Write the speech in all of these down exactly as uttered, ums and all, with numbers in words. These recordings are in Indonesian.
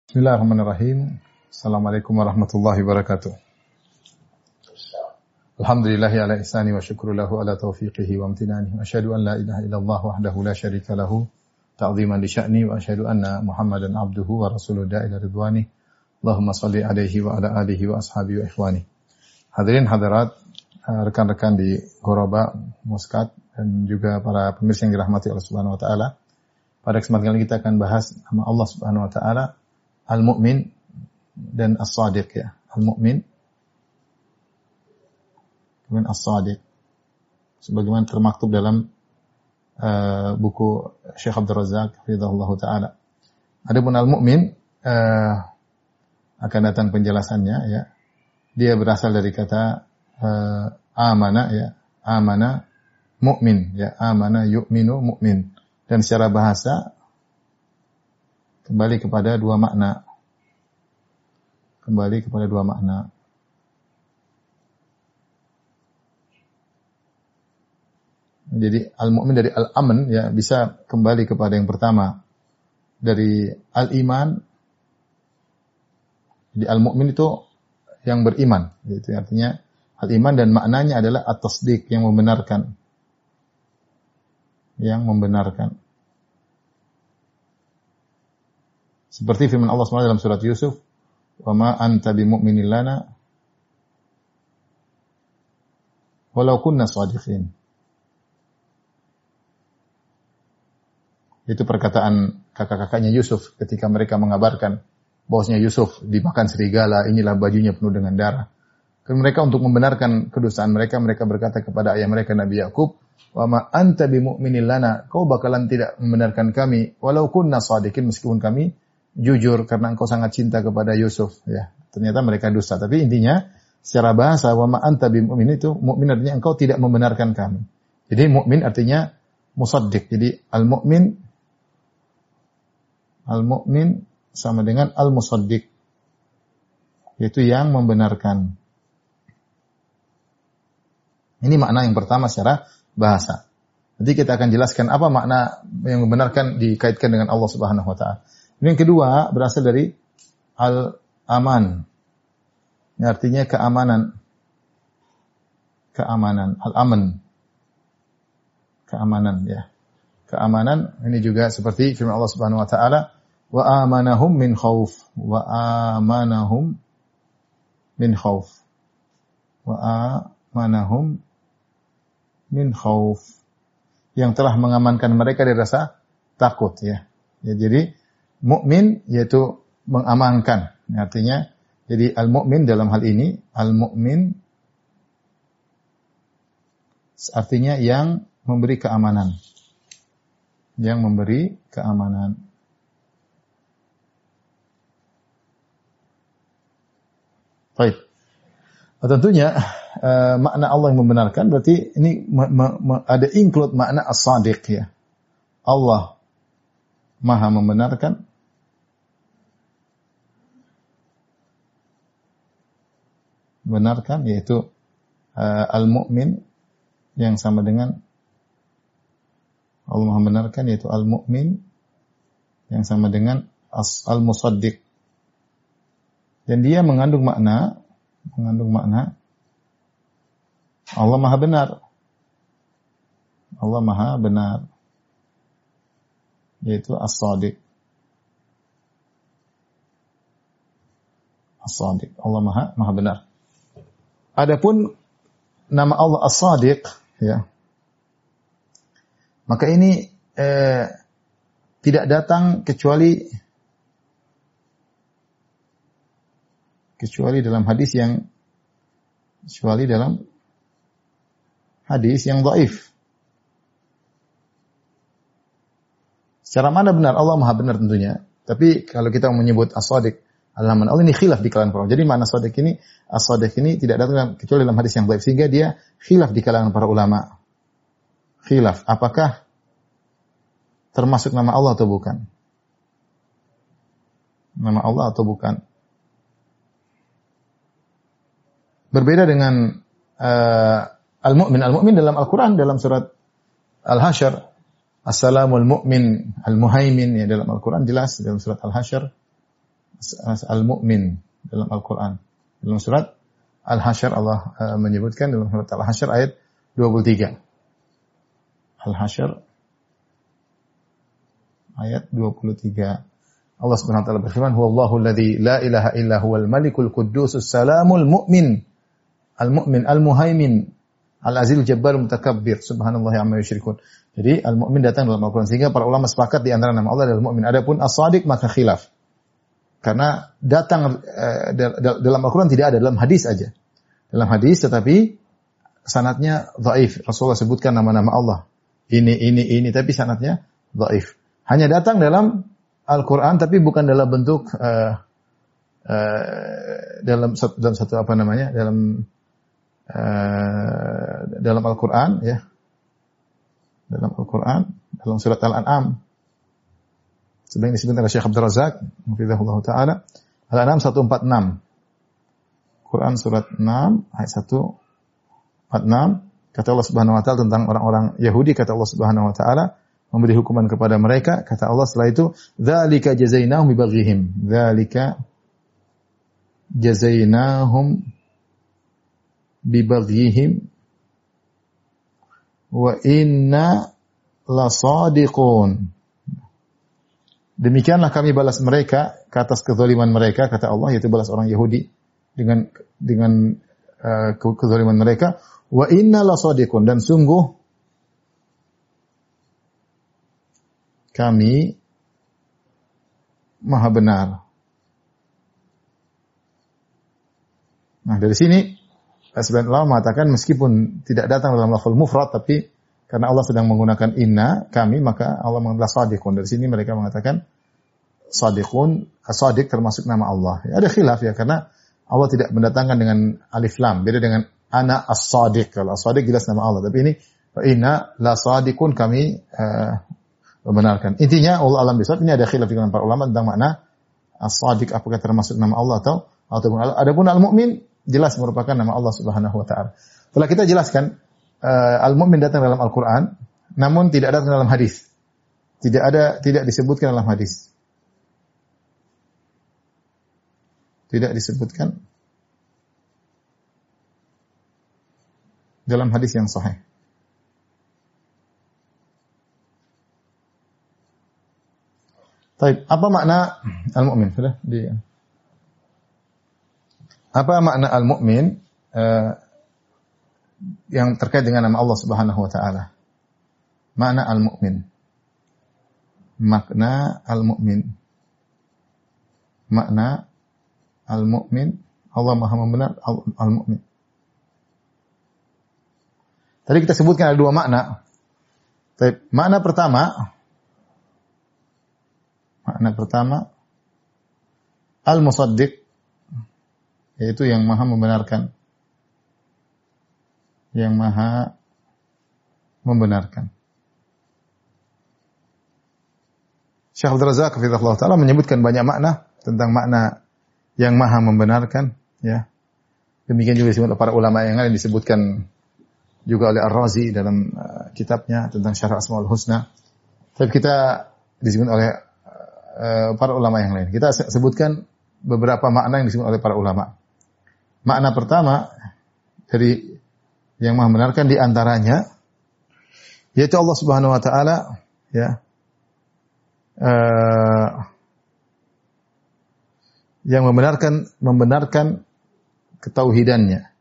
Bismillahirrahmanirrahim. Assalamualaikum warahmatullahi wabarakatuh. Alhamdulillahi ala ihsani wa syukru lahu ala taufiqihi wa amtinani. Wa asyhadu an la ilaha illallah wahdahu la syarika lahu ta'ziman li sya'ni wa asyhadu anna Muhammadan abduhu wa rasuluhu da'ila ridwani. Allahumma salli alaihi wa ala alihi wa ashabihi wa ikhwani. Hadirin hadirat, rekan-rekan di Ghoroba, Muscat dan juga para pemirsa yang dirahmati Allah Subhanahu wa taala. Pada kesempatan kali kita akan bahas nama Allah Subhanahu wa taala Al-Mu'min dan As-Sadiq ya. Al-Mu'min dan As-Sadiq. Sebagaimana termaktub dalam uh, buku Syekh Abdul Razak Hafizahullah Ta'ala. Adapun Al-Mu'min uh, akan datang penjelasannya ya. Dia berasal dari kata uh, amana ya. Amana mu'min ya. Amana yu'minu mu'min. Dan secara bahasa kembali kepada dua makna. Kembali kepada dua makna. Jadi al-mu'min dari al-aman ya bisa kembali kepada yang pertama dari al-iman. Jadi al-mu'min itu yang beriman, gitu artinya al-iman dan maknanya adalah at-tasdiq yang membenarkan. Yang membenarkan. Seperti firman Allah subhanahu wa taala dalam surat Yusuf, "Wa ma anta bimu'minin lana walau kunna shadiqin." Itu perkataan kakak-kakaknya Yusuf ketika mereka mengabarkan bahwasanya Yusuf dimakan serigala, inilah bajunya penuh dengan darah. Dan mereka untuk membenarkan kedustaan mereka, mereka berkata kepada ayah mereka Nabi Yakub, "Wa ma anta bimu'minin lana." Kau bakalan tidak membenarkan kami walau kunna shadiqin, meskipun kami jujur karena engkau sangat cinta kepada Yusuf ya. Ternyata mereka dusta. Tapi intinya secara bahasa wa ma anta bimu'min itu mukmin artinya engkau tidak membenarkan kami. Jadi mukmin artinya musaddiq. Jadi al-mu'min al-mu'min sama dengan al-musaddiq. Yaitu yang membenarkan. Ini makna yang pertama secara bahasa. Nanti kita akan jelaskan apa makna yang membenarkan dikaitkan dengan Allah Subhanahu wa taala. Yang kedua berasal dari al-aman. Ini artinya keamanan. Keamanan, al-aman. Keamanan ya. Keamanan ini juga seperti firman Allah Subhanahu wa taala, "Wa amanahum min khauf." Wa amanahum min khauf. Wa amanahum min khauf. Yang telah mengamankan mereka dari rasa takut ya. Ya jadi mukmin yaitu mengamankan. Artinya jadi al-mu'min dalam hal ini al-mu'min artinya yang memberi keamanan. Yang memberi keamanan. Baik. Tentunya uh, makna Allah yang membenarkan berarti ini ma- ma- ma- ada include makna as-sadiq ya. Allah Maha membenarkan. Benarkan yaitu uh, al-mu'min yang sama dengan Allah Maha membenarkan yaitu al-mu'min yang sama dengan al-musaddiq. Dan dia mengandung makna mengandung makna Allah Maha benar. Allah Maha benar. Yaitu as-sadiq. As-sadiq. Allah Maha Maha benar. Adapun nama Allah As-Sadiq ya. Maka ini eh, tidak datang kecuali kecuali dalam hadis yang kecuali dalam hadis yang dhaif. Secara mana benar? Allah Maha benar tentunya. Tapi kalau kita menyebut As-Sadiq Al-Aman, Allah ini khilaf di kalangan para ulama. Jadi makna Sadiq ini, As-Sadiq ini tidak datang kecuali dalam hadis yang dhaif, sehingga dia khilaf di kalangan para ulama. Khilaf, apakah termasuk nama Allah atau bukan? Nama Allah atau bukan? Berbeda dengan uh, Al-Mu'min. Al-Mu'min dalam Al-Quran, dalam surat Al-Hasyr, As-Salamul Mu'min Al-Muhaimin ya, dalam Al-Quran jelas dalam surat Al-Hasyr al-mu'min dalam Al-Qur'an. Dalam surat Al-Hasyr Allah uh, menyebutkan dalam surat Al-Hasyr ayat dua puluh tiga. Al-Hasyr ayat dua puluh tiga. Allah Subhanahu wa taala berfirman, "Huwallahu alladzi la ilaha illa huwal malikul quddusus salamul mu'min." Al-mu'min, al-muhaimin, al-azizul jabbarul mutakabbir, subhanallahi amma yusyrikun. Jadi al-mu'min datang dalam Al-Qur'an, sehingga para ulama sepakat di antara nama Allah adalah mu'min. Adapun as-shadiq maka khilaf. Karena datang uh, dalam Al-Qur'an tidak ada, dalam hadis aja. Dalam hadis tetapi sanadnya dhaif. Rasulullah sebutkan nama-nama Allah. Ini ini ini tapi sanadnya dhaif. Hanya datang dalam Al-Qur'an tapi bukan dalam bentuk uh, uh, dalam dalam satu apa namanya? dalam uh, dalam Al-Qur'an ya. Dalam Al-Qur'an, dalam surat Al-An'am. Sebagaimana disebutkan oleh Syekh Abdul Razak, hafizahullah taala, Al-An'am seratus empat puluh enam. Quran surat enam ayat seratus empat puluh enam, kata Allah Subhanahu wa taala tentang orang-orang Yahudi, kata Allah Subhanahu wa taala memberi hukuman kepada mereka, kata Allah setelah itu, dzalika jazainahum bibaghihim. Dzalika jazainahum bibaghihim wa inna lasadiqun. Demikianlah kami balas mereka ke atas kezaliman mereka, kata Allah, yaitu balas orang Yahudi dengan dengan uh, kezaliman mereka. Wa inna lasadiqun, dan sungguh kami maha benar. Nah, dari sini sebagian ulama mengatakan meskipun tidak datang dalam lafal mufrad, tapi karena Allah sedang menggunakan inna, kami, maka Allah mengatakan sadiqun. Dari sini mereka mengatakan sadiqun, sadiq termasuk nama Allah. Ya, ada khilaf ya, karena Allah tidak mendatangkan dengan alif lam. Beda dengan ana as-sadiq. Kalau as-sadiq jelas nama Allah. Tapi ini inna la sadiqun, kami uh, membenarkan. Intinya Allah alam bisawab, ini ada khilaf dengan para ulama tentang makna as-sadiq, apakah termasuk nama Allah atau ataupun adapun al-mu'min jelas merupakan nama Allah Subhanahu wa taala. Setelah kita jelaskan uh, al-mu'min datang dalam Al-Qur'an, namun tidak datang dalam hadis. Tidak ada, tidak disebutkan dalam hadis. Tidak disebutkan dalam hadis yang sahih. Baik, apa makna al-mu'min? Sudah di Apa makna al-mu'min uh, yang terkait dengan nama Allah Subhanahu wa taala? Makna al-mu'min. Makna al-mu'min. Makna al-mu'min, Allah Maha membenar al-mu'min. Tadi kita sebutkan ada dua makna. Tapi makna pertama, makna pertama al-musaddiq, yaitu yang maha membenarkan. Yang maha membenarkan. Syekh Abdul Razak hafizahullah taala menyebutkan banyak makna tentang makna yang maha membenarkan, ya. Demikian juga disebut para ulama yang lain, disebutkan juga oleh Ar-Razi dalam uh, kitabnya tentang Syarah Asmaul Husna. Tapi kita disebut oleh uh, para ulama yang lain. Kita sebutkan beberapa makna yang disebut oleh para ulama. Makna pertama dari yang maha membenarkan di antaranya yaitu Allah Subhanahu wa taala, ya. Uh, yang membenarkan membenarkan ketauhidannya.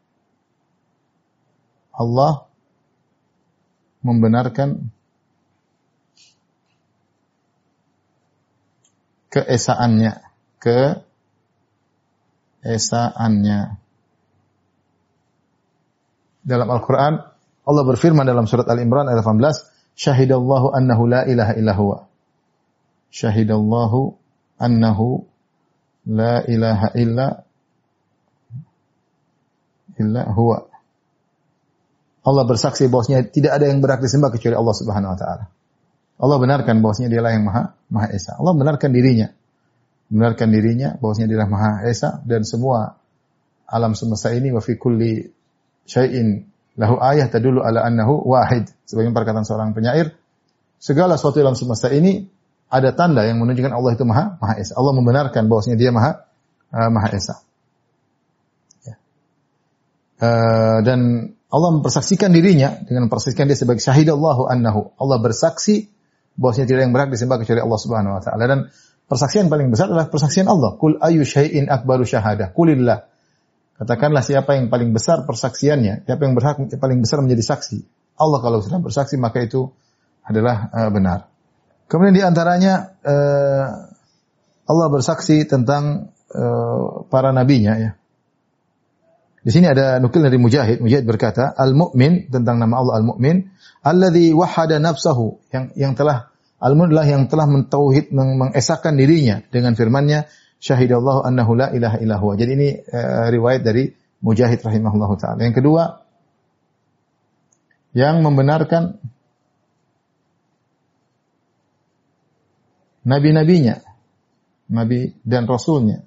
Allah membenarkan keesaannya, keesaannya. Dalam Al-Qur'an Allah berfirman dalam surat Al-Imran ayat delapan belas, "Syahidallahu annahu la ilaha illa huwa." Syahidallahu annahu la ilaha illa illa huwa. Allah bersaksi bahwasanya tidak ada yang berhak disembah kecuali Allah Subhanahu wa taala. Allah benarkan bahwasanya Dialah yang Maha Maha Esa. Allah benarkan dirinya. Benarkan dirinya bahwasanya Dialah Maha Esa, dan semua alam semesta ini wa fi kulli syai'in lahu ayah tadullu ala annahu wahid. Sebagai perkataan seorang penyair, segala sesuatu dalam semesta ini ada tanda yang menunjukkan Allah itu Maha Maha Esa. Allah membenarkan bahwasanya Dia Maha uh, Maha Esa. Ya. Uh, dan Allah mempersaksikan dirinya dengan mempersaksikan Dia sebagai syahidallahu annahu. Allah bersaksi bahwasanya tidak ada yang berhak disembah kecuali Allah Subhanahu wa taala. Dan persaksian paling besar adalah persaksian Allah. Qul ayyu syai'in akbaru syahadah? Qulillah. Katakanlah siapa yang paling besar persaksiannya, siapa yang berhak yang paling besar menjadi saksi. Allah kalau sudah bersaksi maka itu adalah uh, benar. Kemudian di antaranya uh, Allah bersaksi tentang uh, para nabinya ya. Di sini ada nukil dari Mujahid. Mujahid berkata, Al-Mu'min tentang nama Allah Al-Mu'min, alladzi wahhada nafsahu, yang yang telah Al-Mu'min adalah yang telah mentauhid mengesahkan dirinya dengan firman-Nya syahidallahu annahu la ilaha illa huwa. Jadi ini uh, riwayat dari Mujahid rahimahullahu taala. Yang kedua, yang membenarkan nabi-nabinya, nabi dan rasulnya.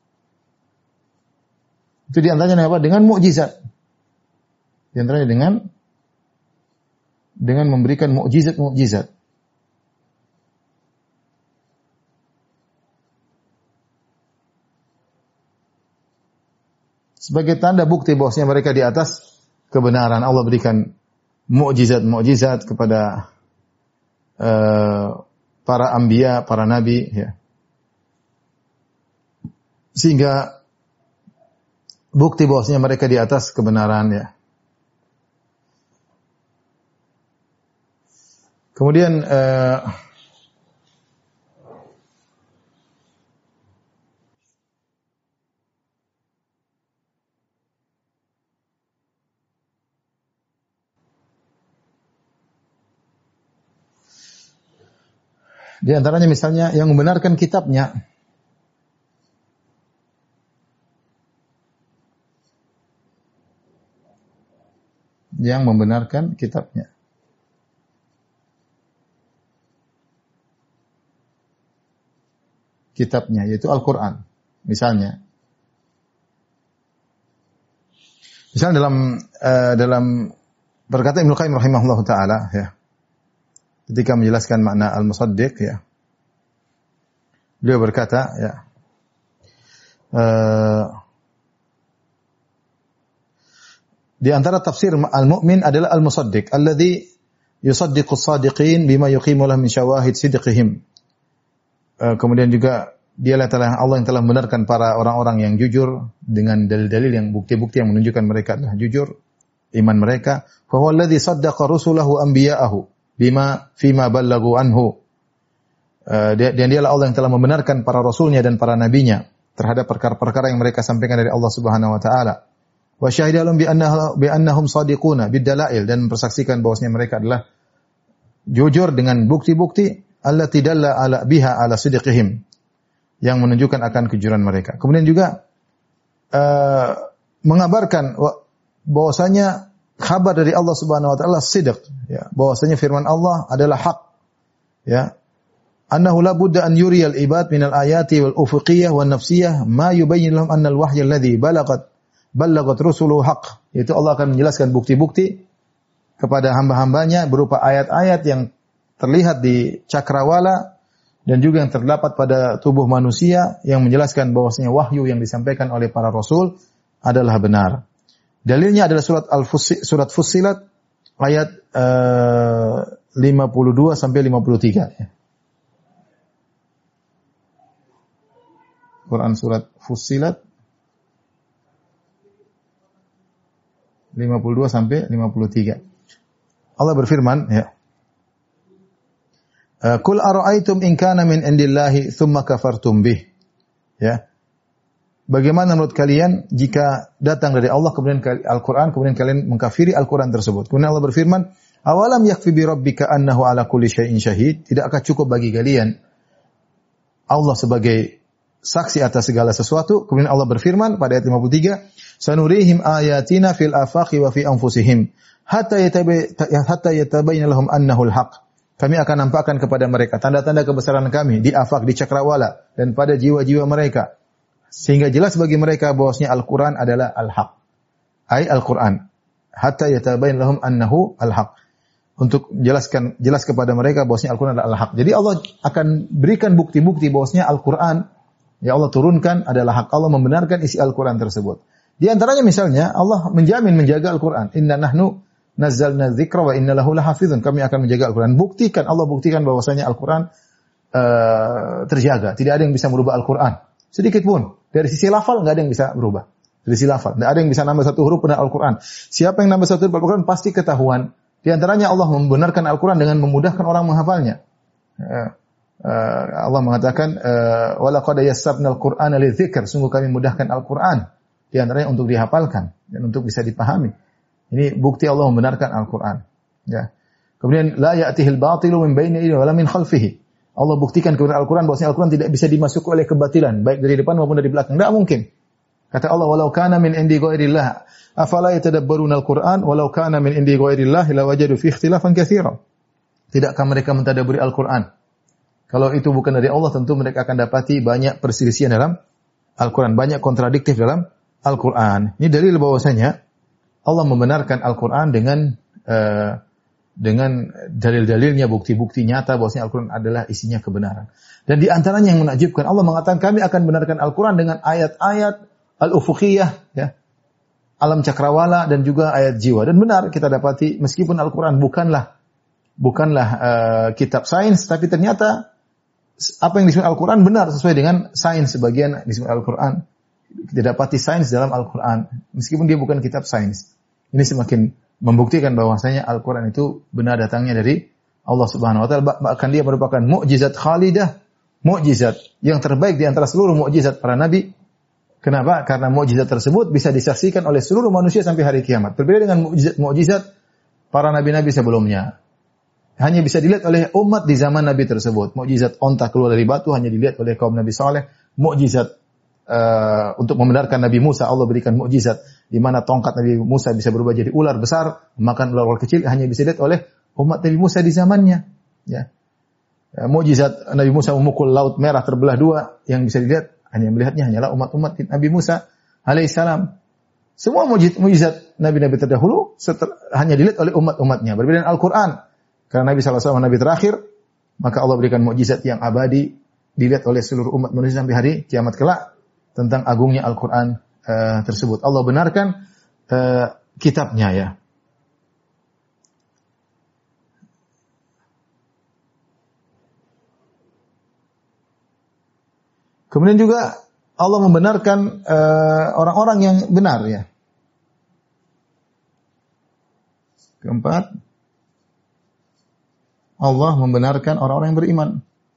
Itu di antaranya apa? Dengan mukjizat. Di antaranya dengan dengan memberikan mukjizat-mukjizat. Sebagai tanda bukti bahwasanya mereka di atas kebenaran. Allah berikan mukjizat-mukjizat kepada uh, para anbiya, para nabi ya. Sehingga bukti bahwasanya mereka di atas kebenaran ya. Kemudian uh, di antaranya misalnya yang membenarkan kitabnya. Yang membenarkan kitabnya. Kitabnya yaitu Al-Qur'an. Misalnya. Misalnya dalam uh, dalam berkata Ibnu Qayyim rahimahullahu taala ya. Ketika menjelaskan makna al-musaddiq ya. Beliau berkata ya. Uh, di antara tafsir al-mu'min adalah al-musaddiq alladhi yusaddiqu as-sadiqin bima yuqimu lahum min syawahid sidqihim. Uh, kemudian juga dialah telah Allah yang telah membenarkan para orang-orang yang jujur dengan dalil-dalil yang bukti-bukti yang menunjukkan mereka adalah jujur iman mereka. Fa huwa alladhi saddaqa rusulahu anbiya'ahu bima fima ballagu anhu. Uh, dan dialah Allah yang telah membenarkan para rasulnya dan para nabinya terhadap perkara-perkara yang mereka sampaikan dari Allah Subhanahu wa taala. Wa syahida lahum bi annahu bi annahum shadiquna bid-dalail, dan mempersaksikan bahwasanya mereka adalah jujur dengan bukti-bukti allati dalla ala biha ala sidqihim, yang menunjukkan akan kejujuran mereka. Kemudian juga uh, mengabarkan bahwasanya kabar dari Allah Subhanahu wa taala sidq ya, bahwasanya firman Allah adalah hak ya. Annahu la budda an yuriyal ibad minal ayati wal ufuqiyyah wan nafsiyyah ma yubayyin lahum anna al wahya alladhi balagat balagat rusuluhu haq. Itu Allah akan menjelaskan bukti-bukti kepada hamba-hambanya berupa ayat-ayat yang terlihat di cakrawala dan juga yang terdapat pada tubuh manusia yang menjelaskan bahwasanya wahyu yang disampaikan oleh para rasul adalah benar. Dalilnya adalah surat Al-Fussilat, surat Fussilat ayat uh, lima puluh dua sampai lima puluh tiga ya. Quran surat Fussilat lima puluh dua sampai lima puluh tiga. Allah berfirman ya. Qul ara'aytum in kana min indillahi tsumma kafartum bih. Ya. Bagaimana menurut kalian jika datang dari Allah kemudian Al-Qur'an kemudian kalian mengkafiri Al-Qur'an tersebut? Kemudian Allah berfirman, "Awalam yakfi bi rabbika annahu ala kulli syai'in syahid?" Tidakkah cukup bagi kalian Allah sebagai saksi atas segala sesuatu? Kemudian Allah berfirman pada ayat lima puluh tiga, "Sanurihim ayatina fil afaqi wa fi anfusihim hatta yatabayyana lahum annahu al-haq." Kami akan nampakkan kepada mereka tanda-tanda kebesaran kami di afaq, di cakrawala dan pada jiwa-jiwa mereka, sehingga jelas bagi mereka bahwasanya Al-Qur'an adalah al-haq. Ai Al-Qur'an. Hatta yatabayyana lahum annahu al-haq. untuk jelaskan jelas kepada mereka bahwasanya Al-Qur'an adalah hak. Jadi Allah akan berikan bukti-bukti bahwasanya Al-Qur'an ya Allah turunkan adalah hak. Allah membenarkan isi Al-Qur'an tersebut. Di antaranya misalnya Allah menjamin menjaga Al-Qur'an. Inna nahnu nazzalna dzikra wa inna lahu lahafizun. Kami akan menjaga Al-Qur'an. Buktikan Allah buktikan bahwasanya Al-Qur'an uh, terjaga. Tidak ada yang bisa merubah Al-Qur'an. Sedikit pun. Dari sisi lafal enggak ada yang bisa berubah. Dari sisi lafal enggak ada yang bisa nambah satu huruf pada Al-Qur'an. Siapa yang nambah satu huruf Al-Qur'an pasti ketahuan. Di antaranya Allah membenarkan Al-Quran dengan memudahkan orang menghafalnya. Uh, uh, Allah mengatakan, وَلَقَدْ يَسَّرْنَا الْقُرْآنَ لِلذِّكْرِ. Sungguh kami mudahkan Al-Quran. Di antaranya untuk dihafalkan dan untuk bisa dipahami. Ini bukti Allah membenarkan Al-Quran. Ya. Kemudian, لَا يَأْتِهِ الْبَاطِلُ مِنْ بَيْنِ يَدَيْهِ وَلَا مِنْ خَلْفِهِ. Allah buktikan kepada Al-Quran bahwasanya Al-Quran tidak bisa dimasuki oleh kebatilan, baik dari depan maupun dari belakang. Tidak mungkin. Kata Allah, "Walau kana min indi ghairillah, afala yatadabbaruna al-Qur'an, walau kana min indi ghairillah lawajadu fi ikhtilafan katsiran." Tidakkah mereka mentadabburi Al-Qur'an? Kalau itu bukan dari Allah, tentu mereka akan dapati banyak perselisihan dalam Al-Qur'an, banyak kontradiktif dalam Al-Qur'an. Ini dalil bahwasanya Allah membenarkan Al-Qur'an dengan uh, dengan dalil-dalilnya, bukti-bukti nyata bahwasanya Al-Qur'an adalah isinya kebenaran. Dan di antaranya yang menakjubkan, Allah mengatakan kami akan benarkan Al-Qur'an dengan ayat-ayat Al-Ufuqiyah, ya, alam cakrawala dan juga ayat jiwa. Dan benar kita dapati meskipun Al-Quran bukanlah bukanlah uh, kitab sains, tapi ternyata apa yang disebut Al-Quran benar sesuai dengan sains. Sebagian disebut Al-Quran kita dapati sains dalam Al-Quran meskipun dia bukan kitab sains. Ini semakin membuktikan bahwasanya Al-Quran itu benar datangnya dari Allah Subhanahu wa taala. Bahkan dia merupakan mukjizat khalidah, mukjizat yang terbaik di antara seluruh mukjizat para nabi. Kenapa? Karena mukjizat tersebut bisa disaksikan oleh seluruh manusia sampai hari kiamat. Berbeda dengan mukjizat para nabi-nabi sebelumnya. Hanya bisa dilihat oleh umat di zaman nabi tersebut. Mukjizat onta keluar dari batu hanya dilihat oleh kaum Nabi Saleh. Mukjizat uh, untuk membenarkan Nabi Musa, Allah berikan mukjizat di mana tongkat Nabi Musa bisa berubah jadi ular besar, makan ular kecil, hanya bisa dilihat oleh umat Nabi Musa di zamannya. Ya. Mukjizat Nabi Musa memukul laut merah terbelah dua, yang bisa dilihat hanya melihatnya hanyalah umat-umat Nabi Musa alaihissalam. Semua mukjizat Nabi-Nabi terdahulu hanya dilihat oleh umat-umatnya. Berbeda dengan Al-Quran. Karena Nabi shallallahu alaihi wasallam Nabi terakhir, maka Allah berikan mukjizat yang abadi dilihat oleh seluruh umat manusia sampai hari kiamat kelak tentang agungnya Al-Quran uh, tersebut. Allah benarkan uh, kitabnya ya. Kemudian juga Allah membenarkan uh, orang-orang yang benar ya. Keempat, Allah membenarkan orang-orang yang beriman.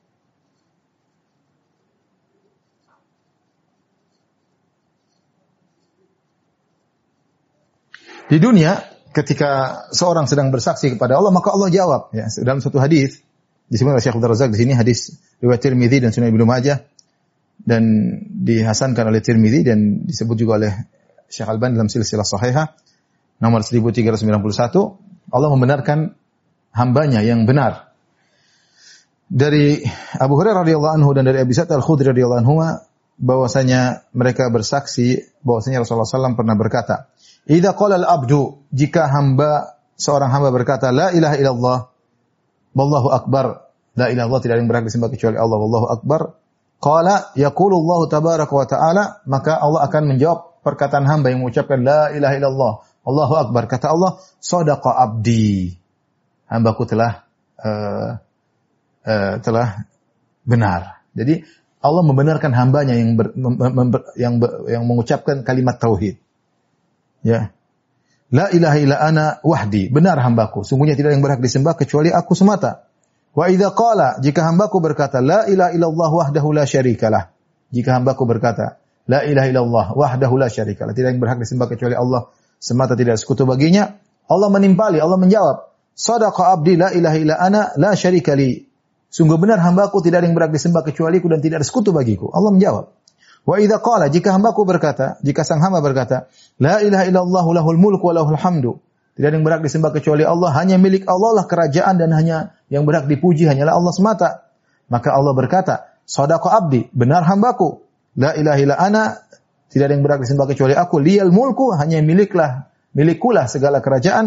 Di dunia, ketika seorang sedang bersaksi kepada Allah, maka Allah jawab. Ya, dalam suatu hadis disebut oleh Syekh Abdul Razak di sini, hadis riwayat Tirmidzi dan Sunan Ibnu Majah, dan dihasankan oleh Tirmidzi dan disebut juga oleh Syekh Al-Albani dalam silsilah sahihah nomor seribu tiga ratus sembilan puluh satu. Allah membenarkan hambanya yang benar. Dari Abu Hurairah radhiyallahu anhu dan dari Abi Sa'id Al-Khudri radhiyallahu anhu bahwasanya mereka bersaksi bahwasanya Rasulullah sallallahu alaihi wasallam pernah berkata, "Idza qala al-'abdu," jika hamba seorang hamba berkata la ilaha illallah wallahu akbar, la ilaha illallah tidak ada yang berhak disembah kecuali Allah, wallahu akbar, qala yaqulu Allah tabaraka wa ta'ala, maka Allah akan menjawab perkataan hamba yang mengucapkan la ilaha illallah, Allahu akbar. Kata Allah, sadaqa abdi. Hambaku telah uh, uh, telah benar. Jadi Allah membenarkan hambanya yang ber, mem, mem, yang yang mengucapkan kalimat tauhid. Ya. La ilaha illa ana wahdi. Benar hambaku, sungguhnya tidak ada yang berhak disembah kecuali aku semata. Wa idza qala, jika hambaku berkata la ilaha illallah wahdahu la syarikalah. Jika hambaku berkata la ilaha illallah wahdahu la syarikalah, tidak yang berhak disembah kecuali Allah semata, tidak ada sekutu baginya. Allah menimpali, Allah menjawab, sadaqa abdi la ilaha illa ana la syarikali. Sungguh benar hambaku tidak ada yang berhak disembah kecuali aku dan tidak ada sekutu bagiku. Allah menjawab. Wa idza qala, jika hambaku berkata, jika sang hamba berkata, la ilaha illallah lahul mulku wa lahul hamdu. Tidak ada yang berhak disembah kecuali Allah, hanya milik Allah lah kerajaan dan hanya yang berhak dipuji hanyalah Allah semata. Maka Allah berkata, sadaqa abdi, benar hambaku. La ilaha illa ana, tidak ada yang berhak disembah kecuali aku. Liyal mulku, hanya miliklah, milikulah segala kerajaan.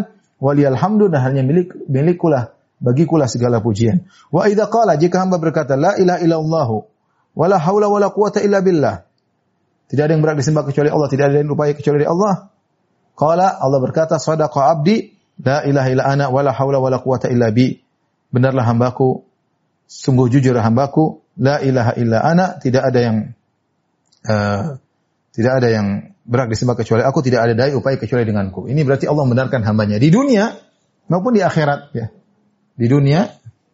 waliyal hamdu, dan hanya milik milikulah, bagikulah segala pujian. Wa idza qala, jika hamba berkata la ilaha illallah wala haula wala quwata illa billah, tidak ada yang berhak disembah kecuali Allah, tidak ada yang upaya kecuali dari Allah. Qala, Allah berkata, shadaqa abdi la ilaha illa ana wala haula wala quwata illa bi. Benarlah hambaku, sungguh jujur hambaku, la ilaha illa ana, tidak ada yang uh, tidak ada yang berhak disembah kecuali aku, tidak ada daya upaya kecuali denganku. Ini berarti Allah membenarkan hambanya di dunia maupun di akhirat, ya. Di dunia,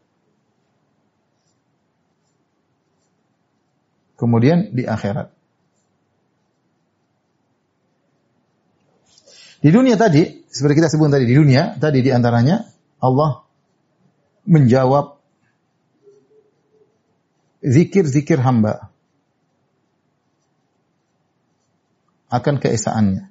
kemudian di akhirat. Di dunia tadi, seperti kita sebut tadi, di dunia tadi di antaranya Allah menjawab zikir-zikir hamba akan keesaannya.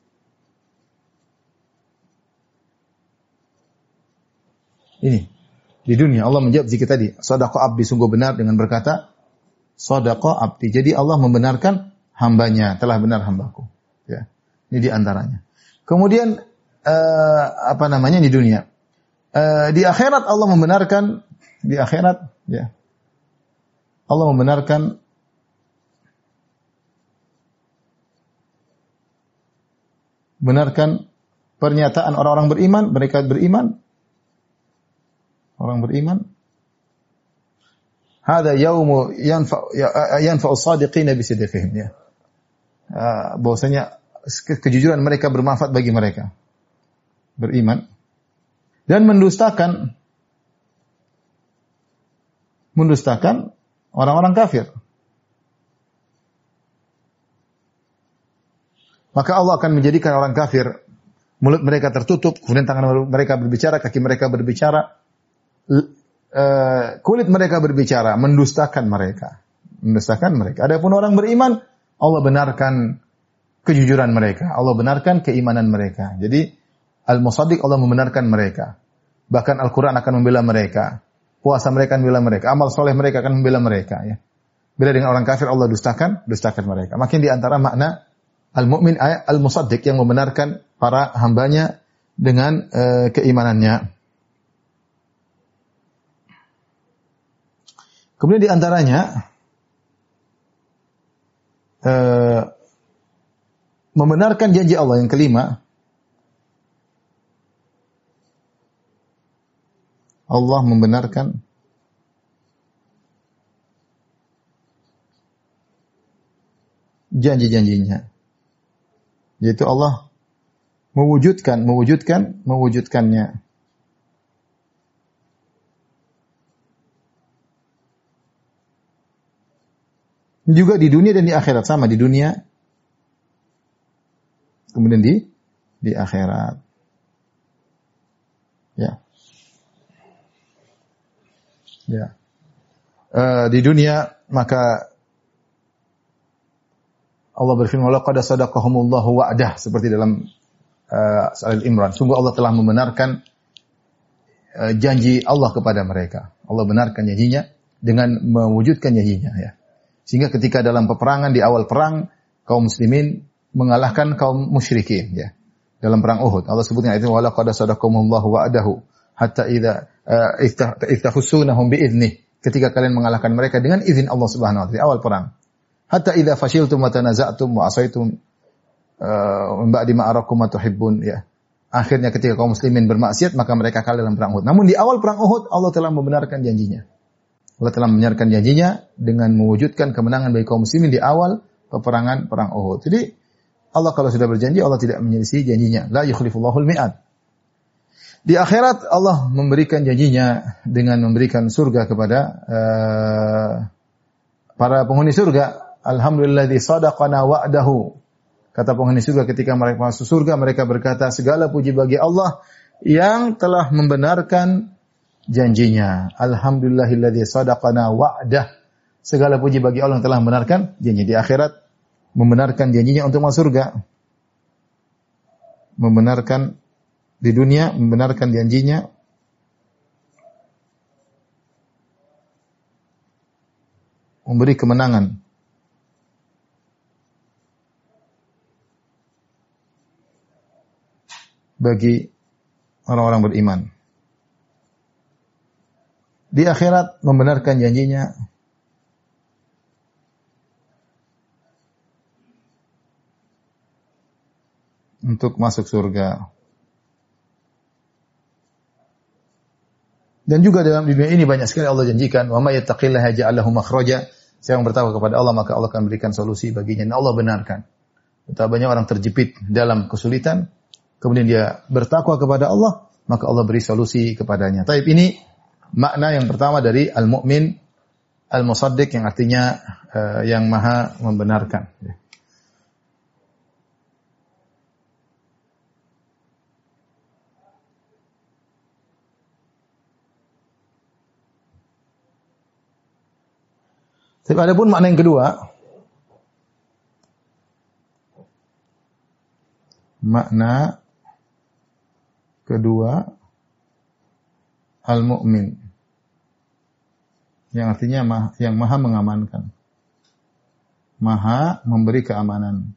Ini di dunia Allah menjawab zikir tadi, shadaqa abdi, sungguh benar dengan berkata shadaqa abdi. Jadi Allah membenarkan hambanya, telah benar hambaku. Ya. Ini di antaranya. Kemudian uh, apa namanya di dunia? Uh, di akhirat Allah membenarkan, di akhirat ya. Allah membenarkan benarkan pernyataan orang-orang beriman, mereka beriman, orang beriman. Hada yaumu yanfa yanfa'u as-sadiqina bi sidqihim, ya. Uh, bahwasanya kejujuran mereka bermanfaat bagi mereka. Beriman dan mendustakan mendustakan orang-orang kafir. Maka Allah akan menjadikan orang kafir, mulut mereka tertutup, kemudian tangan mereka berbicara, kaki mereka berbicara, kulit mereka berbicara, mendustakan mereka. Mendustakan mereka. Adapun orang beriman, Allah benarkan kejujuran mereka. Allah benarkan keimanan mereka. Jadi, Al-Musaddiq, Allah membenarkan mereka. Bahkan Al-Quran akan membela mereka. Puasa mereka akan membela mereka. Amal soleh mereka akan membela mereka. Ya. Beda dengan orang kafir, Allah dustakan, dustakan mereka. Makin di antara makna Al-Mu'min, Al-Musaddiq, yang membenarkan para hambanya dengan uh, keimanannya. Kemudian di antaranya uh, membenarkan janji Allah. Yang kelima, Allah membenarkan janji-janjinya. Yaitu Allah mewujudkan, mewujudkan, mewujudkannya. Juga di dunia dan di akhirat, sama di dunia, kemudian di di akhirat. Ya. Ya. Uh, di dunia maka Allah berfirman, laqad sadaqahumullahu wa'dah, seperti dalam uh, Al-Imran. Sungguh Allah telah membenarkan uh, janji Allah kepada mereka. Allah benarkan janjinya dengan mewujudkan janjinya, ya. Sehingga ketika dalam peperangan, di awal perang, kaum muslimin mengalahkan kaum musyrikin, ya. Dalam perang Uhud, Allah sebutnya itu, wa laqad sadaqahumullahu wa'dahu hatta idza uh, istahussunahum bi'idnih. Ketika kalian mengalahkan mereka dengan izin Allah Subhanahu wa taala di awal perang. Hatta idza fashiltum wa tanaza'tum wa asaitum min ba'di ma arakum ma tuhibbun, ya. Akhirnya ketika kaum muslimin bermaksiat, maka mereka kalah dalam perang Uhud. Namun di awal perang Uhud Allah telah membenarkan janjinya. Allah telah membenarkan janjinya dengan mewujudkan kemenangan bagi kaum muslimin di awal peperangan perang Uhud. Jadi Allah kalau sudah berjanji, Allah tidak menyelisih janjinya. La yukhlifullahu al-mi'ad. Di akhirat Allah memberikan janjinya dengan memberikan surga kepada uh, para penghuni surga. Alhamdulilladzi sadaqana wa'dahu. Kata penghuni surga ketika mereka masuk surga, mereka berkata, segala puji bagi Allah yang telah membenarkan janjinya. Alhamdulillahilladzi sadaqana wa'dah. Segala puji bagi Allah yang telah membenarkan janji. Di akhirat membenarkan janjinya untuk masuk surga. Membenarkan di dunia, membenarkan janjinya. Memberi kemenangan bagi orang-orang beriman. Di akhirat membenarkan janjinya untuk masuk surga. Dan juga dalam dunia ini banyak sekali Allah janjikan, wa may yattaqillaha yaj'al lahu makhraja. Siapa yang bertakwa kepada Allah maka Allah akan berikan solusi baginya. Dan Allah benarkan. Betapa banyak orang terjepit dalam kesulitan, kemudian dia bertakwa kepada Allah, maka Allah beri solusi kepadanya. Tapi ini makna yang pertama dari al-mu'min al-musaddiq, yang artinya uh, yang maha membenarkan. Tapi ada pun makna yang kedua. Makna kedua al-mu'min, yang artinya ma- yang maha mengamankan, maha memberi keamanan.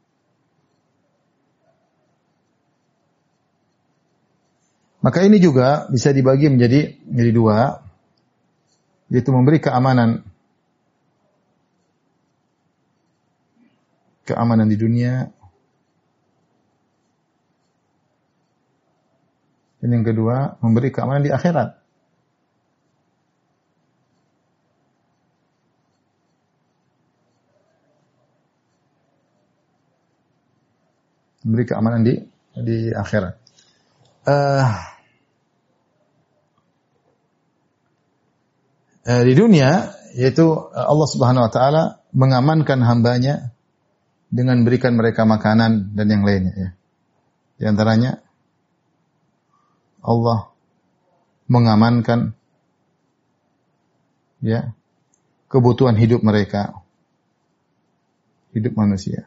Maka ini juga bisa dibagi menjadi menjadi dua, yaitu memberi keamanan, keamanan di dunia, dan yang kedua memberi keamanan di akhirat. Memberi keamanan di di akhirat. Uh, uh, di dunia, yaitu Allah Subhanahu Wa Taala mengamankan hambanya dengan berikan mereka makanan dan yang lainnya. Ya. Di antaranya Allah mengamankan ya kebutuhan hidup mereka, hidup manusia.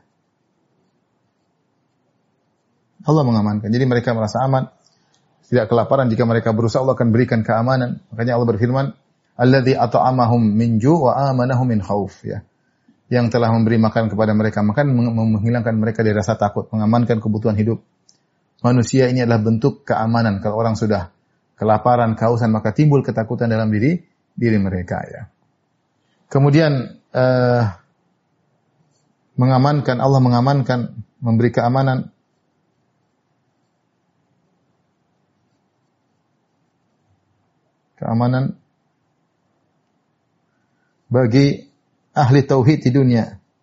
Allah mengamankan. Jadi mereka merasa aman, tidak kelaparan. Jika mereka berusaha, Allah akan berikan keamanan. Makanya Allah berfirman, "Alladzi at'amahum min ju' wa amanahum min khauf." Ya. Yang telah memberi makan kepada mereka, makan menghilangkan mereka dari rasa takut, mengamankan kebutuhan hidup. Manusia ini adalah bentuk keamanan. Kalau orang sudah kelaparan, kehausan, maka timbul ketakutan dalam diri diri mereka. Ya. Kemudian uh, mengamankan, Allah mengamankan, memberi keamanan. Keamanan bagi ahli tauhid di dunia.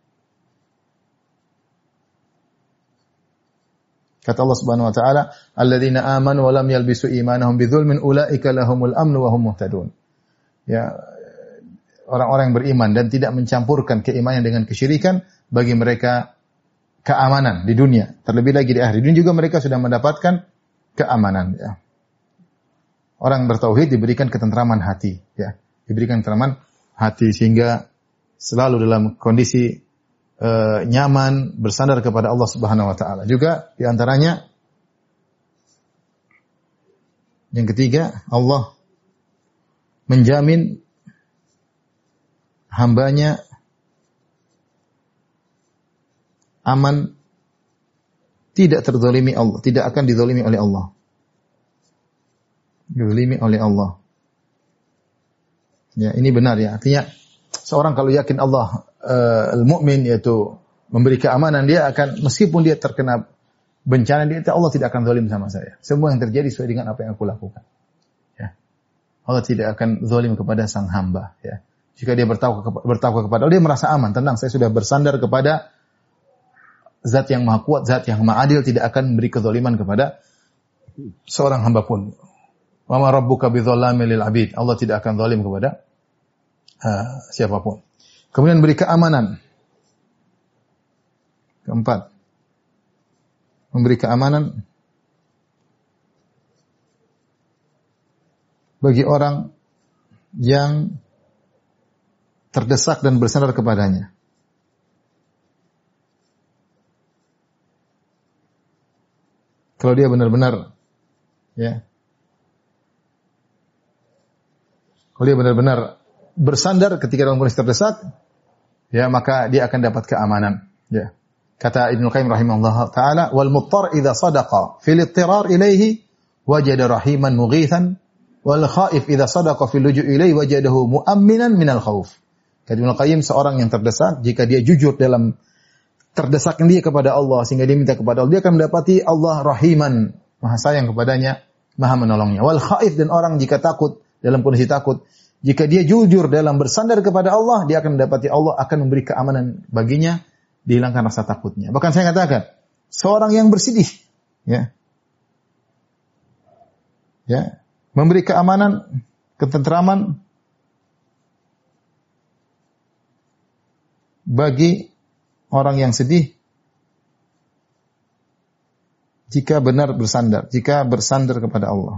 Kata Allah Subhanahu wa taala, "Alladzina amanu wa lam yalbisu imanahum bidzulmin ulaika lahumul amnu wa hum muhtadun." Ya, orang-orang yang beriman dan tidak mencampurkan keimanan dengan kesyirikan, bagi mereka keamanan di dunia. Terlebih lagi di akhir dunia juga mereka sudah mendapatkan keamanan, ya. Orang bertauhid diberikan ketentraman hati, ya. Diberikan ketentraman hati sehingga selalu dalam kondisi Uh, nyaman, bersandar kepada Allah Subhanahu wa taala. Juga di antaranya yang ketiga, Allah menjamin hambanya aman, tidak terzalimi Allah, tidak akan dizalimi oleh Allah. Dizalimi oleh Allah. Ya, ini benar ya. Artinya seorang kalau yakin Allah Uh, al-mu'min, yaitu memberi keamanan, dia akan, meskipun dia terkena bencana, dia Allah tidak akan zalim sama saya. Semua yang terjadi sesuai dengan apa yang aku lakukan. Ya. Allah tidak akan zalim kepada sang hamba. Ya. Jika dia bertakwa bertakwa kepada Allah, dia merasa aman, tenang. Saya sudah bersandar kepada Zat yang Maha Kuat, Zat yang Maha Adil, tidak akan memberi kezaliman kepada seorang hamba pun. Wa ma rabbuka bidzallamil lil 'abid. Allah tidak akan zalim kepada uh, siapapun. Kemudian beri keamanan. Keempat, memberi keamanan bagi orang yang terdesak dan bersandar kepadanya. Kalau dia benar-benar, ya, kalau dia benar-benar bersandar ketika dalam kondisi terdesak, ya, maka dia akan dapat keamanan. Ya. Kata Ibnu Qayyim rahimahullah taala, wal muttar idza sadaqa fil ittirar ilaihi wajada rahiman mughithan wal khaif idza sadaqa fil luju' ilaihi wajadahu mu'amminan minal khauf. Kata Ibnu Qayyim, seorang yang terdesak jika dia jujur dalam terdesaknya dia kepada Allah sehingga dia minta kepada Allah, dia akan mendapati Allah rahiman, maha sayang kepadanya, maha menolongnya. Wal khaif, dan orang jika takut, dalam kondisi takut, jika dia jujur dalam bersandar kepada Allah, dia akan mendapati Allah akan memberi keamanan baginya, dihilangkan rasa takutnya. Bahkan saya katakan, seorang yang bersedih, ya, ya, memberi keamanan, ketentraman bagi orang yang sedih jika benar bersandar, jika bersandar kepada Allah.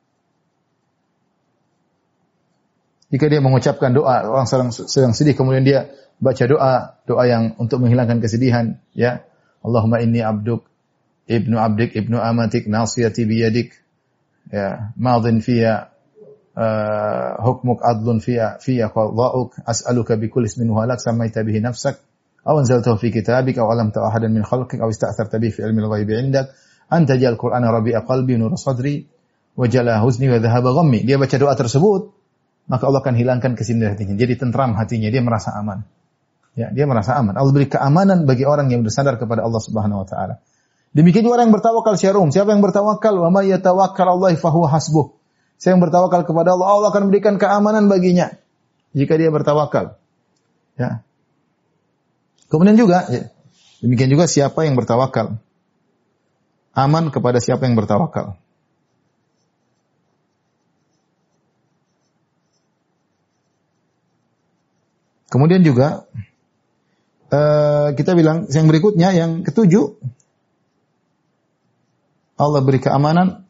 Jika dia mengucapkan doa, orang sedang, sedang sedih, kemudian dia baca doa, doa yang untuk menghilangkan kesedihan, ya. Allahumma inni abduk, ibnu abdik, ibnu amatik, nasiyati biyadik, ya, madhin fiya, uh, hukmuk adlun fiya, fiya qada'uk, as'aluka bikulli ismin huwa lak sammaita bihi nafsak, aw anzaltahu fi kitabik, aw alamta ahadan min khalqik, aw ista'tharta bihi fi ilmi al-ghaibi 'indak, anta ja'al Qur'ana rabi'a qalbi wa nura sadri wa jala huzni wa dhahaba ghammi. Dia baca doa tersebut, maka Allah akan hilangkan kesindihan hatinya. Jadi tentram hatinya, dia merasa aman. Ya, dia merasa aman. Allah beri keamanan bagi orang yang bersandar kepada Allah Subhanahu wa taala. Demikian juga orang yang bertawakal secara umum. Siapa yang bertawakal? Wa may yatawakkal 'alallahi fa huwa hasbuh. Siapa yang bertawakal kepada Allah, Allah akan berikan keamanan baginya jika dia bertawakal. Ya. Kemudian juga, ya, demikian juga siapa yang bertawakal, aman kepada siapa yang bertawakal. Kemudian juga uh, kita bilang yang berikutnya, yang ketujuh, Allah beri keamanan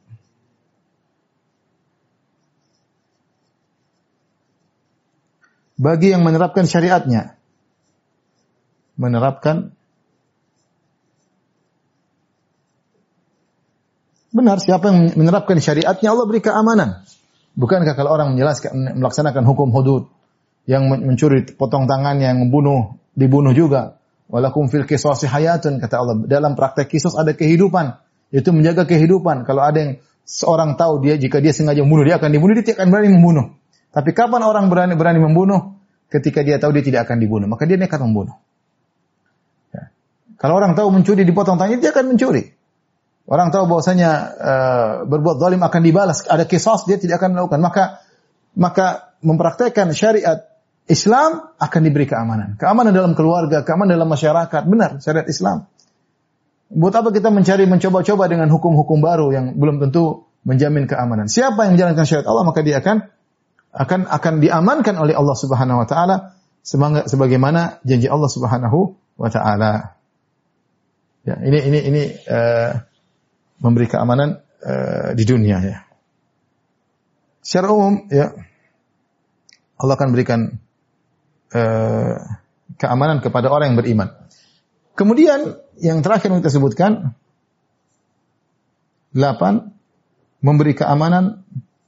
bagi yang menerapkan syariatnya. Menerapkan benar, siapa yang menerapkan syariatnya Allah beri keamanan. Bukankah kalau orang menjelaskan, melaksanakan hukum hudud, yang mencuri potong tangan, yang membunuh dibunuh juga. Walakum fil qisasi hayatun, kata Allah. Dalam praktek kisos ada kehidupan. Itu menjaga kehidupan. Kalau ada yang seorang tahu dia jika dia sengaja membunuh, dia akan dibunuh, dia tidak akan berani membunuh. Tapi kapan orang berani berani membunuh? Ketika dia tahu dia tidak akan dibunuh, maka dia nekat membunuh. Ya. Kalau orang tahu mencuri dipotong tangannya, dia akan mencuri. Orang tahu bahwasanya uh, berbuat zalim akan dibalas, ada qisas, dia tidak akan melakukan. Maka maka mempraktekkan syariat Islam akan diberi keamanan. Keamanan dalam keluarga, keamanan dalam masyarakat. Benar, syariat Islam. Buat apa kita mencari, mencoba-coba dengan hukum-hukum baru yang belum tentu menjamin keamanan. Siapa yang menjalankan syariat Allah, maka dia akan akan akan diamankan oleh Allah Subhanahu wa taala sebagaimana janji Allah Subhanahu wa taala. Ya, ini ini ini uh, memberi keamanan uh, di dunia, ya. Secara umum, ya, Allah akan berikan Uh, keamanan kepada orang yang beriman. Kemudian yang terakhir yang kita sebutkan, delapan, memberi keamanan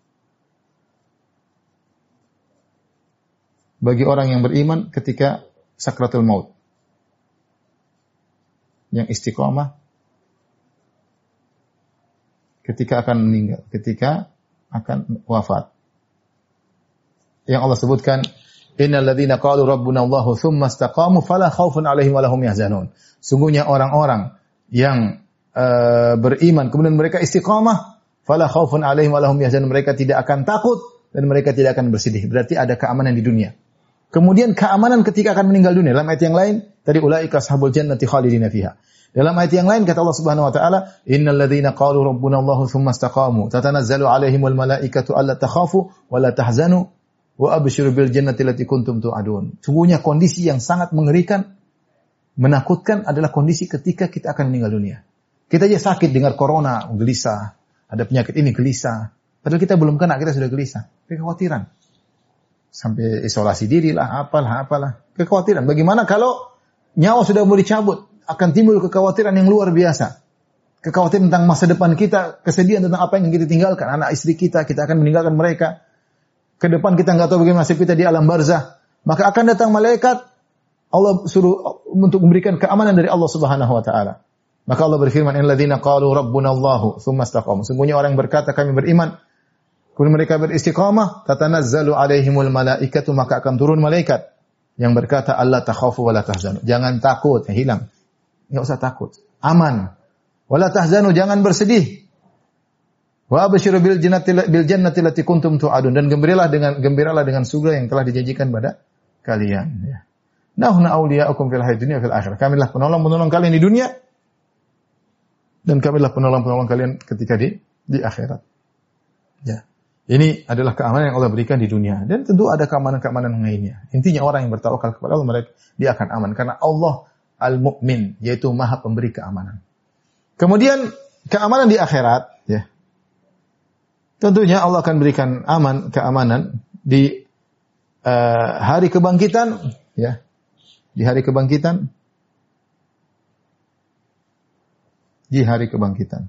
bagi orang yang beriman ketika sakratul maut, yang istiqamah ketika akan meninggal, ketika akan wafat. Yang Allah sebutkan, innal ladzina qalu rabbuna Allahu tsumma istaqamu fala khaufun 'alaihim wa lahum yahzanun. Sungguhnya orang-orang yang uh, beriman kemudian mereka istiqamah, fala khaufun 'alaihim wa lahum yahzanun, mereka tidak akan takut dan mereka tidak akan bersedih. Berarti ada keamanan di dunia. Kemudian keamanan ketika akan meninggal dunia. Dalam ayat yang lain, tadi ulaika ashabul jannati khalidina fiha. Dalam ayat yang lain kata Allah Subhanahu wa taala, innal ladzina qalu rabbuna Allahu tsumma istaqamu tatanazzalu 'alaihimul malaikatu alla takhafu wa la tahzanu wa abshiru bil jannati allati kuntum tu'adun. Sungguhnya kondisi yang sangat mengerikan, menakutkan adalah kondisi ketika kita akan meninggal dunia. Kita aja sakit dengar corona, gelisah. Ada penyakit ini, gelisah. Padahal kita belum kena, kita sudah gelisah. Kekhawatiran. Sampai isolasi diri lah, apalah, apalah. Kekhawatiran. Bagaimana kalau nyawa sudah mau dicabut? Akan timbul kekhawatiran yang luar biasa. Kekhawatiran tentang masa depan kita, kesedihan tentang apa yang kita tinggalkan. Anak istri kita, kita akan meninggalkan mereka. Ke depan kita enggak tahu bagaimana nasib kita di alam barzah. Maka akan datang malaikat, Allah suruh untuk memberikan keamanan dari Allah Subhanahu wa taala. Maka Allah berfirman, "Alladzina qalu rabbunallahu tsumma istaqamu." Sungguhnya orang yang berkata kami beriman, kemudian mereka beristiqamah, tatanazzalu alaihimul malaikatu, maka akan turun malaikat yang berkata, "Allah takhafu wa la tahzanu." Jangan takut, ya, hilang. Enggak usah takut. Aman. Wala tahzanu, jangan bersedih. Wa abshiru bil jannati bil jannati allati kuntum tu'adun, dan gembiralah dengan gembiralah dengan surga yang telah dijanjikan pada kalian, ya. Nahnu awliya'ukum fil hayatid dunya fil akhirah. Kamilah penolong-penolong kalian di dunia dan kamilah penolong-penolong kalian ketika di di akhirat. Ya. Ini adalah keamanan yang Allah berikan di dunia, dan tentu ada keamanan-keamanan lainnya. Intinya orang yang bertawakal kepada Allah, mereka dia akan aman karena Allah Al-Mu'min, yaitu Maha Pemberi keamanan. Kemudian keamanan di akhirat, ya. Tentunya Allah akan berikan aman, keamanan di uh, hari kebangkitan, ya. Di hari kebangkitan. Di hari kebangkitan.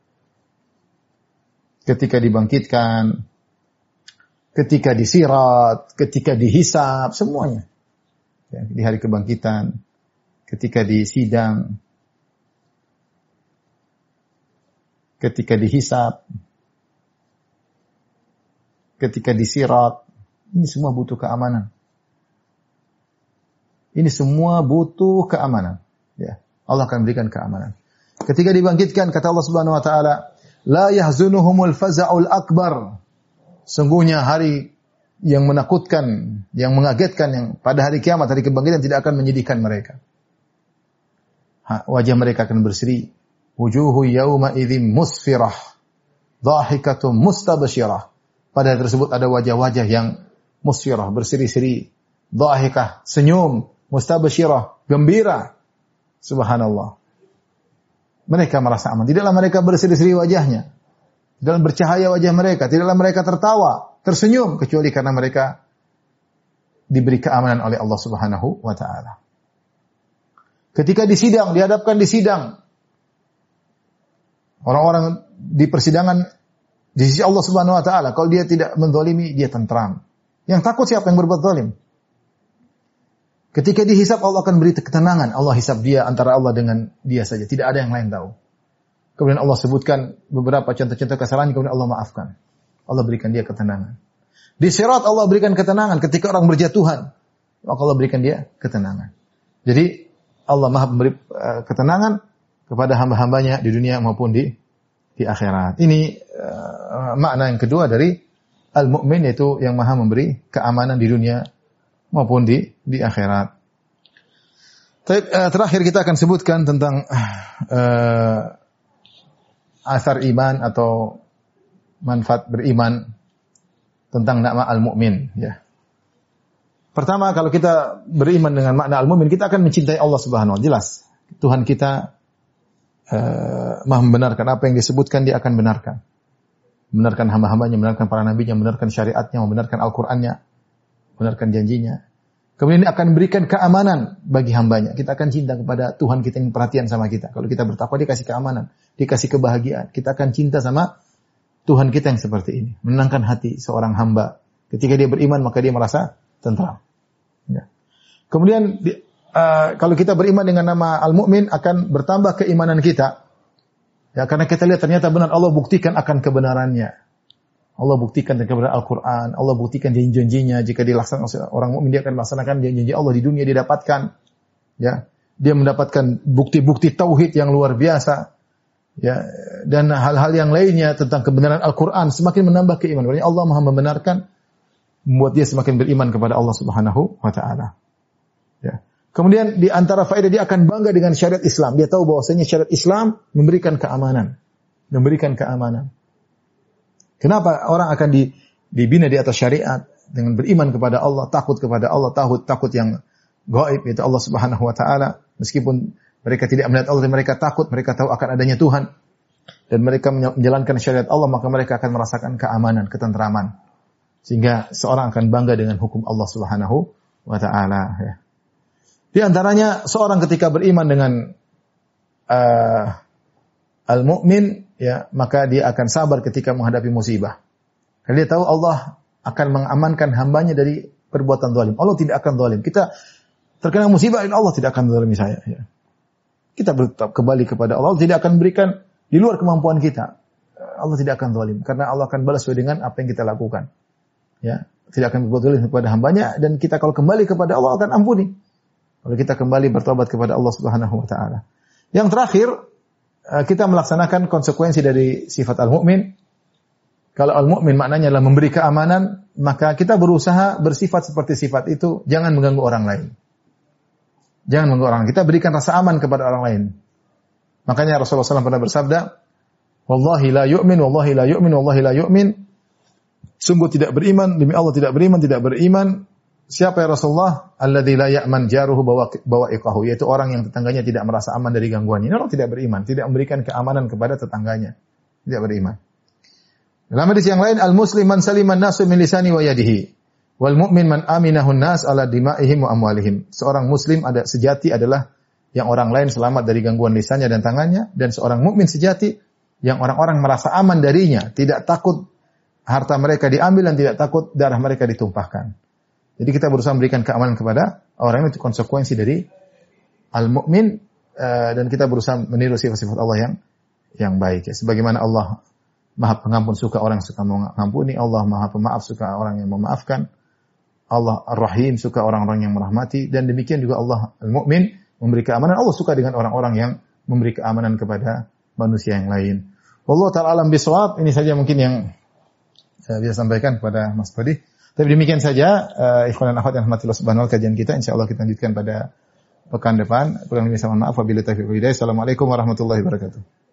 Ketika dibangkitkan, ketika disirat, ketika dihisab, semuanya. Ya, di hari kebangkitan, ketika disidang, ketika dihisab, ketika disirat, ini semua butuh keamanan. Ini semua butuh keamanan. Ya, Allah akan berikan keamanan. Ketika dibangkitkan, kata Allah Subhanahu wa taala, la yahzunuhumul faza'ul akbar. Sungguhnya hari yang menakutkan, yang mengagetkan, yang pada hari kiamat, hari kebangkitan tidak akan menyedihkan mereka. Ha, wajah mereka akan berseri. Wujuhu yawma idzin musfirah, dhahikatum mustabsyirah. Pada hari tersebut ada wajah-wajah yang musfirah, berseri-seri, dhahikah, senyum, mustabsyirah, gembira. Subhanallah. Mereka merasa aman. Tidaklah mereka berseri-seri wajahnya. Tidaklah bercahaya wajah mereka. Tidaklah mereka tertawa, tersenyum. Kecuali karena mereka diberi keamanan oleh Allah Subhanahu wa ta'ala. Ketika disidang, dihadapkan di sidang. Orang-orang di persidangan di sisi Allah Subhanahu wa ta'ala. Kalau dia tidak menzalimi, dia tentram. Yang takut siapa yang berbuat zalim? Ketika dihisab, Allah akan beri ketenangan. Allah hisab dia antara Allah dengan dia saja. Tidak ada yang lain tahu. Kemudian Allah sebutkan beberapa contoh-contoh kesalahan, kemudian Allah maafkan. Allah berikan dia ketenangan. Di sirat Allah berikan ketenangan ketika orang berjatuhan. Maka Allah berikan dia ketenangan. Jadi Allah Maha memberi uh, ketenangan kepada hamba-hambanya di dunia maupun di di akhirat. Ini uh, makna yang kedua dari Al-Mu'min, yaitu yang Maha memberi keamanan di dunia maupun di di akhirat. Terakhir kita akan sebutkan tentang uh, asar iman atau manfaat beriman tentang nama Al-Mu'min, ya. Pertama, kalau kita beriman dengan makna Al-Mu'min, kita akan mencintai Allah Subhanahu wa taala. Jelas, Tuhan kita uh, Maha membenarkan apa yang disebutkan, dia akan benarkan. Membenarkan hamba-hambanya, membenarkan para nabinya, membenarkan syariatnya, membenarkan Al-Qur'annya, benarkan janjinya. Kemudian ini akan berikan keamanan bagi hambanya. Kita akan cinta kepada Tuhan kita yang perhatian sama kita. Kalau kita bertakwa, dia kasih keamanan, dia kasih kebahagiaan. Kita akan cinta sama Tuhan kita yang seperti ini. Menenangkan hati seorang hamba. Ketika dia beriman, maka dia merasa tentram. Ya. Kemudian uh, kalau kita beriman dengan nama Al-Mu'min, akan bertambah keimanan kita. Ya, karena kita lihat ternyata benar, Allah buktikan akan kebenarannya. Allah buktikan kepada Al-Quran, Allah buktikan janji-janjinya. Jika dilaksanakan orang mukmin, dia akan melaksanakan janji-janji Allah di dunia, dia dapatkan. Ya, dia mendapatkan bukti-bukti tauhid yang luar biasa. Ya, dan hal-hal yang lainnya tentang kebenaran Al-Quran semakin menambah keimanan. Berarti Allah Maha membenarkan, membuat dia semakin beriman kepada Allah Subhanahu wa taala. Ya. Kemudian di antara faedah, dia akan bangga dengan syariat Islam. Dia tahu bahwasanya syariat Islam memberikan keamanan, memberikan keamanan. Kenapa orang akan di, dibina di atas syariat? Dengan beriman kepada Allah, takut kepada Allah, takut takut yang gaib, yaitu Allah Subhanahu wa taala. Meskipun mereka tidak melihat Allah, mereka takut, mereka tahu akan adanya Tuhan. Dan mereka menjalankan syariat Allah, maka mereka akan merasakan keamanan, ketentraman. Sehingga seorang akan bangga dengan hukum Allah Subhanahu wa taala, ya. Di antaranya seorang ketika beriman dengan uh, Al-Mu'min, ya, maka dia akan sabar ketika menghadapi musibah. Karena dia tahu Allah akan mengamankan hambanya dari perbuatan zalim. Allah tidak akan zalim. Kita terkena musibah, Allah tidak akan zalimi saya. Ya. kita tetap kembali kepada Allah. Allah tidak akan berikan di luar kemampuan kita. Allah tidak akan zalim karena Allah akan balas sesuai dengan apa yang kita lakukan. Ya, tidak akan berbuat zalim kepada hambanya, dan kita kalau kembali kepada Allah akan ampuni. Kalau kita kembali bertobat kepada Allah Subhanahu wa taala. Yang terakhir, kita melaksanakan konsekuensi dari sifat al-mu'min. Kalau al-mu'min maknanya adalah memberi keamanan, maka kita berusaha bersifat seperti sifat itu, jangan mengganggu orang lain. Jangan mengganggu orang lain. Kita berikan rasa aman kepada orang lain. Makanya Rasulullah shallallahu alaihi wasallam pernah bersabda, "Wallahi la yu'min, wallahi la yu'min, wallahi la yu'min." Sungguh tidak beriman, demi Allah tidak beriman, tidak beriman. Siapa ya Rasulullah? Alladzi la ya'man jaruhu bawa'iqahu, yaitu orang yang tetangganya tidak merasa aman dari gangguannya. Ini orang tidak beriman, tidak memberikan keamanan kepada tetangganya. Tidak beriman. Dalam hadis yang lain, al-muslim man saliman nasu min lisani wa yadihi. Wal mu'min man aminahun nas ala dima'ihim wa amwalihim. Seorang muslim ada sejati adalah yang orang lain selamat dari gangguan lisannya dan tangannya, dan seorang mukmin sejati yang orang-orang merasa aman darinya, tidak takut harta mereka diambil dan tidak takut darah mereka ditumpahkan. Jadi kita berusaha memberikan keamanan kepada orang itu konsekuensi dari al-mukmin, dan kita berusaha meniru sifat-sifat Allah yang yang baik. Ya. Sebagaimana Allah Maha Pengampun, suka orang yang suka mengampuni, Allah Maha Pemaaf, suka orang yang memaafkan. Allah Ar-Rahim, suka orang-orang yang merahmati, dan demikian juga Allah Al-Mu'min, memberi keamanan. Allah suka dengan orang-orang yang memberi keamanan kepada manusia yang lain. Wallahu ta'ala alam bisawab. Ini saja mungkin yang saya bisa sampaikan kepada Mas Fadi. Tapi demikian saja, uh, ikhwan dan akhwat yang rahmatillah subhanahu wa ta'ala, kajian kita. Insyaallah kita lanjutkan pada pekan depan. Pekan ini sama maaf, wabillahi taufiq wal hidayah. Assalamualaikum warahmatullahi wabarakatuh.